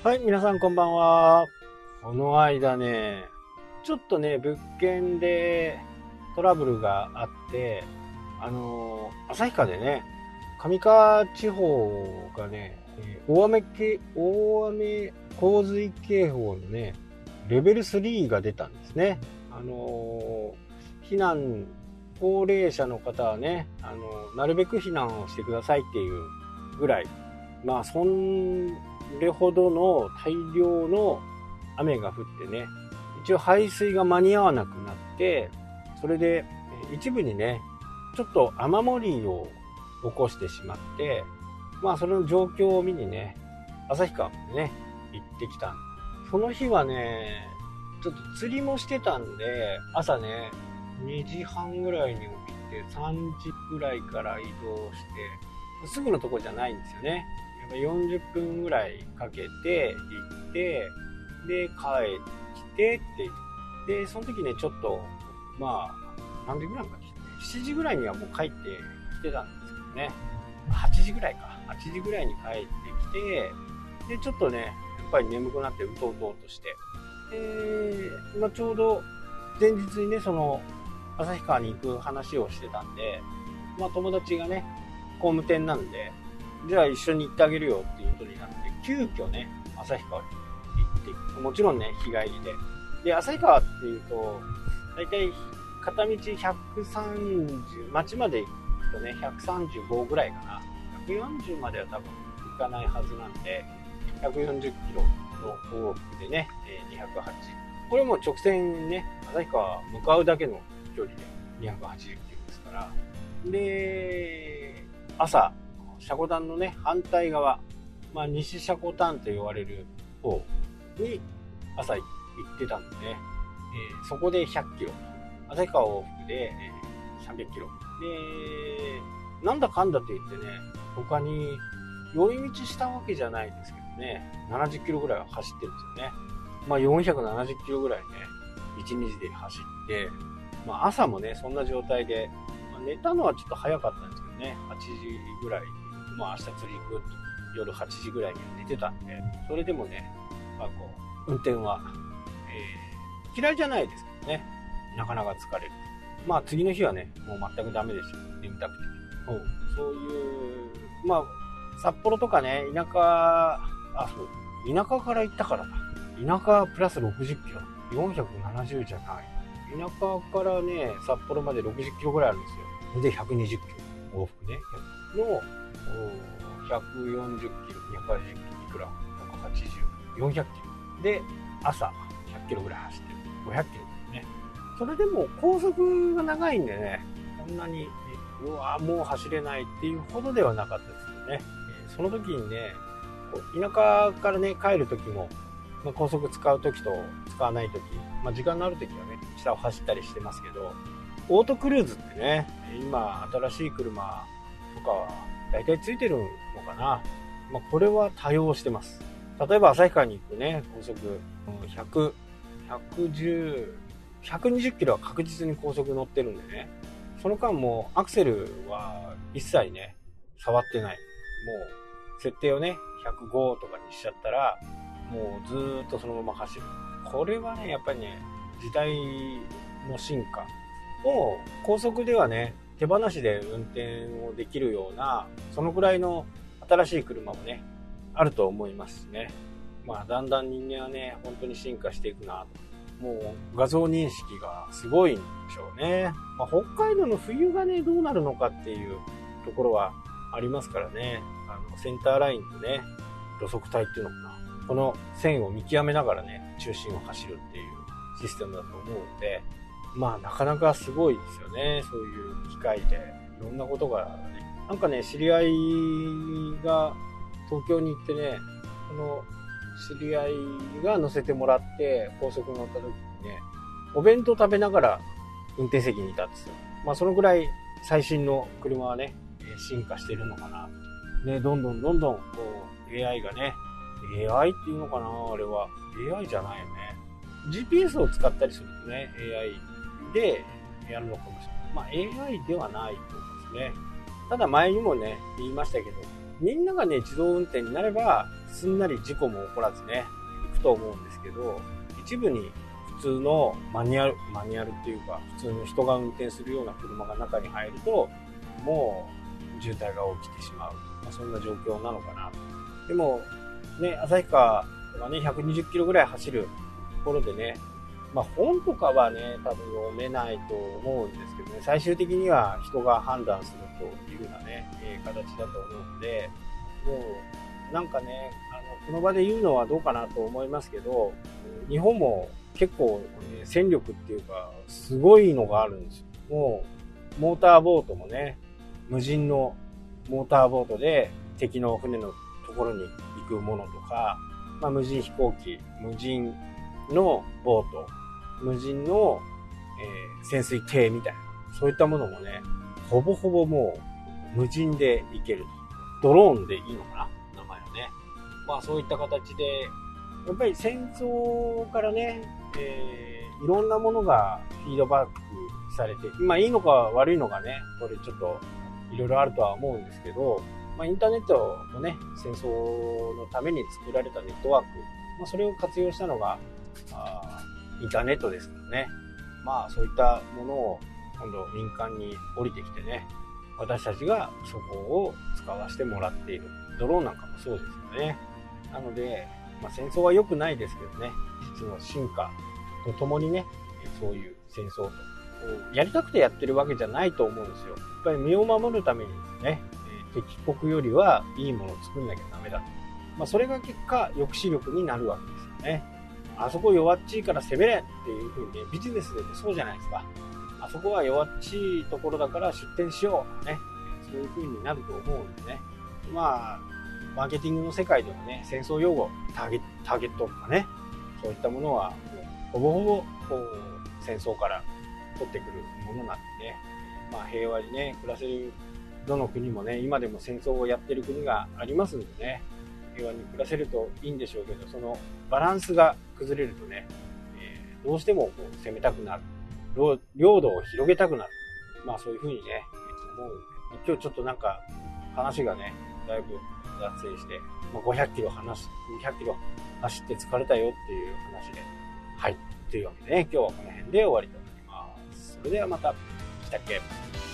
はい、皆さんこんばんは。この間ね、ちょっとね、物件でトラブルがあって、旭川でね、上川地方がね、大雨洪水警報のね、レベル3が出たんですね。避難、高齢者の方はね、なるべく避難をしてくださいっていうぐらい、まあ、それほどの大量の雨が降ってね、一応排水が間に合わなくなって、それで一部にね、ちょっと雨漏りを起こしてしまって、まあその状況を見にね、旭川までね、行ってきた。その日はね、ちょっと釣りもしてたんで、朝ね、2時半ぐらいに起きて、3時ぐらいから移動して、すぐのとこじゃないんですよね。やっぱ40分ぐらいかけて行って、で、帰ってきてって、で、その時ね、ちょっと、まあ、何時ぐらいか7時ぐらいにはもう帰ってきてたんですけどね。8時ぐらいか。8時ぐらいに帰ってきて、で、ちょっとね、やっぱり眠くなってうとうととして、まあ、ちょうど前日にね、その、旭川に行く話をしてたんで、まあ友達がね、工務店なんで、じゃあ一緒に行ってあげるよっていうことになって、急遽ね、旭川に行って、もちろんね、日帰りで。で、旭川っていうと、だいたい片道130、町まで行くとね、135ぐらいかな。140までは多分行かないはずなんで、140キロの往復でね、280。これも直線ね、旭川向かうだけの距離で280キロですから。で、朝、積丹のね、反対側、まあ、西積丹と言われる方に朝行ってたんでね、そこで100キロ。旭川往復で、300キロ。で、なんだかんだと言ってね、他に寄り道したわけじゃないんですけどね、70キロぐらいは走ってるんですよね。まあ470キロぐらいね、1日で走って、まあ朝もね、そんな状態で、まあ、寝たのはちょっと早かったんですけどね、8時ぐらい、まあ明日釣り行く夜8時ぐらいには寝てたんで、それでもね、まあこう、運転は、嫌いじゃないですけどね、なかなか疲れる。まあ次の日はね、もう全くダメでした。眠たくて。そういう、まあ、札幌とかね、田舎から行ったからだ。田舎プラス60キロ。470じゃない。田舎からね、札幌まで60キロぐらいあるんですよ。で、120キロ。往復ね。の、140キロ、280キロ、いくら ?180、400キロ。で、朝100キロぐらい走ってる。500キロね。それでも高速が長いんでね、こんなに、うわもう走れないっていうほどではなかったですけどね。その時にね、田舎からね、帰る時も、まあ、高速使う時と使わない時、まあ、時間のある時はね、下を走ったりしてますけど、オートクルーズってね、今新しい車とかは大体ついてるのかな。まあ、これは多用してます。例えば旭川に行くね、高速100、110、120キロは確実に高速乗ってるんでね、その間もアクセルは一切ね、触ってない。もう、設定をね、105とかにしちゃったら、もうずーっとそのまま走る。これはね、やっぱりね、時代の進化。もう、高速ではね、手放しで運転をできるような、そのぐらいの新しい車もね、あると思いますしね。まあ、だんだん人間はね、本当に進化していくなと。もう画像認識がすごいんでしょうね。まあ、北海道の冬がね、どうなるのかっていうところはありますからね。センターラインとね、路側帯っていうのかな。この線を見極めながらね、中心を走るっていうシステムだと思うので、まあなかなかすごいですよね。そういう機械でいろんなことがね。なんかね、知り合いが東京に行ってね、この知り合いが乗せてもらって高速乗った時にね、お弁当食べながら運転席にいたんですよ。まあそのぐらい最新の車はね、進化しているのかな。ね、どんどんこう AI がね、AI っていうのかな、あれは。AI じゃないよね。GPS を使ったりするとね、AI でやるのかもしれない。まあ AI ではないと思いますね。ただ前にもね、言いましたけど、みんながね、自動運転になれば、 すんなり事故も起こらずね、行くと思うんですけど、一部に普通のマニュアルっていうか、普通の人が運転するような車が中に入ると、もう渋滞が起きてしまう。そんな状況なのかな。でも、ね、旭川がね、120キロぐらい走るところでね、本とかはね、多分読めないと思うんですけどね、最終的には人が判断するというようなね、形だと思うので、もう、なんかね、この場で言うのはどうかなと思いますけど、日本も結構、ね、戦力っていうか、すごいのがあるんですよ。もう、モーターボートもね、無人のモーターボートで敵の船のところに行くものとか、無人飛行機、無人のボート、無人の、潜水艇みたいな、そういったものもね、ほぼほぼもう無人で行けると。ドローンでいいのかな、名前はね。そういった形で、やっぱり戦争からね、いろんなものがフィードバックされて、いいのか悪いのかね、これちょっといろいろあるとは思うんですけど、インターネットもね、戦争のために作られたネットワーク、それを活用したのがインターネットですからね。そういったものを今度民間に降りてきてね、私たちがそこを使わせてもらっている。ドローンなんかもそうですよね。なので、戦争は良くないですけどね、実の進化とともにね、そういう戦争とやりたくてやってるわけじゃないと思うんですよ。やっぱり身を守るためにね、敵国よりはいいものを作んなきゃダメだと。それが結果抑止力になるわけですよね。あそこ弱っちいから攻めれっていう風にね、ビジネスでもそうじゃないですか。あそこは弱っちいところだから出店しようとかね、そういう風になると思うんでね。マーケティングの世界でもね、戦争用語、ターゲットとかね、そういったものはほぼほぼ戦争から取ってくるものなんでね、平和にね暮らせる、どの国もね、今でも戦争をやってる国がありますのでね、平和に暮らせるといいんでしょうけど、そのバランスが崩れるとね、どうしても攻めたくなる、領土を広げたくなる、そういう風にね思う。今日ちょっとなんか話がねだいぶ脱線して、200キロ走って疲れたよっていう話で、はい、というわけでね、今日はこの辺で終わりとなります。それではまた。したっけ。